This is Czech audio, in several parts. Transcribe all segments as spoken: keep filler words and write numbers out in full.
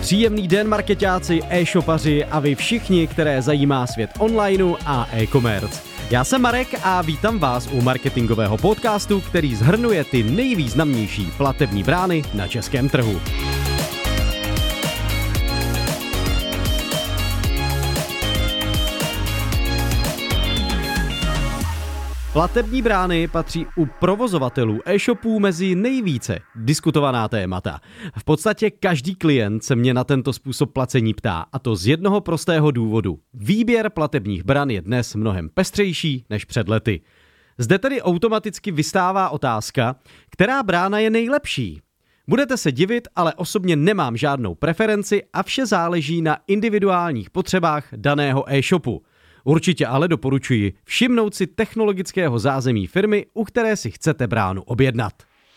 Příjemný den, markeťáci, e-shopaři a vy všichni, které zajímá svět onlineu a e-commerce. Já jsem Marek a vítám vás u marketingového podcastu, který shrnuje ty nejvýznamnější platební brány na českém trhu. Platební brány patří u provozovatelů e-shopů mezi nejvíce diskutovaná témata. V podstatě každý klient se mě na tento způsob placení ptá, a to z jednoho prostého důvodu. Výběr platebních bran je dnes mnohem pestřejší než před lety. Zde tedy automaticky vystává otázka, která brána je nejlepší. Budete se divit, ale osobně nemám žádnou preferenci a vše záleží na individuálních potřebách daného e-shopu. Určitě ale doporučuji všimnout si technologického zázemí firmy, u které si chcete bránu objednat.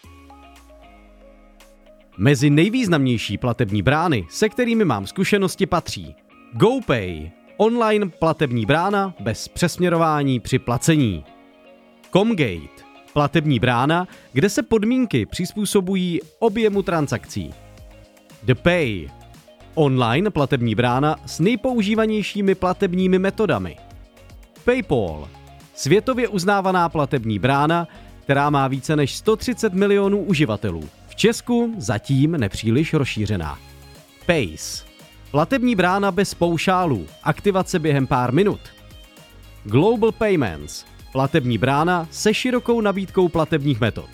Mezi nejvýznamnější platební brány, se kterými mám zkušenosti, patří GoPay, online platební brána bez přesměrování při placení. Comgate, platební brána, kde se podmínky přizpůsobují objemu transakcí. ThePay, online platební brána s nejpoužívanějšími platebními metodami. PayPal, světově uznávaná platební brána, která má více než sto třicet milionů uživatelů. V Česku zatím nepříliš rozšířená. Pace, platební brána bez paušálů, aktivace během pár minut. Global Payments, platební brána se širokou nabídkou platebních metod.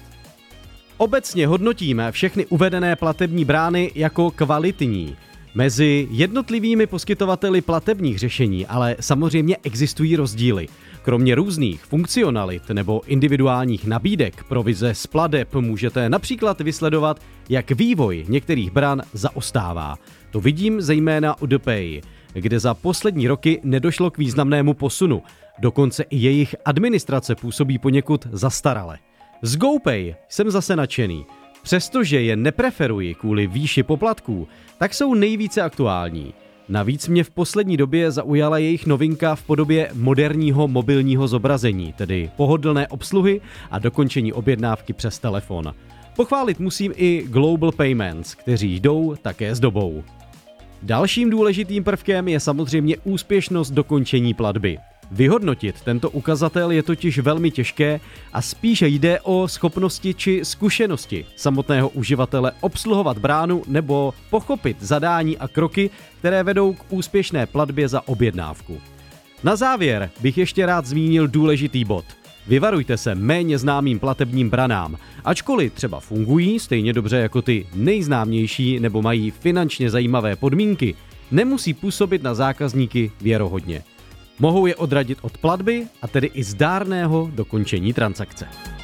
Obecně hodnotíme všechny uvedené platební brány jako kvalitní. Mezi jednotlivými poskytovateli platebních řešení ale samozřejmě existují rozdíly. Kromě různých funkcionalit nebo individuálních nabídek provize z plateb můžete například vysledovat, jak vývoj některých bran zaostává. To vidím zejména u ThePay, kde za poslední roky nedošlo k významnému posunu. Dokonce i jejich administrace působí poněkud zastarale. Z GoPay jsem zase nadšený. Přestože je nepreferuji kvůli výši poplatků, tak jsou nejvíce aktuální. Navíc mě v poslední době zaujala jejich novinka v podobě moderního mobilního zobrazení, tedy pohodlné obsluhy a dokončení objednávky přes telefon. Pochválit musím i Global Payments, kteří jdou také s dobou. Dalším důležitým prvkem je samozřejmě úspěšnost dokončení platby. Vyhodnotit tento ukazatel je totiž velmi těžké a spíše jde o schopnosti či zkušenosti samotného uživatele obsluhovat bránu nebo pochopit zadání a kroky, které vedou k úspěšné platbě za objednávku. Na závěr bych ještě rád zmínil důležitý bod. Vyvarujte se méně známým platebním branám, ačkoliv třeba fungují stejně dobře jako ty nejznámější nebo mají finančně zajímavé podmínky, nemusí působit na zákazníky věrohodně. Mohou je odradit od platby a tedy i zdárného dokončení transakce.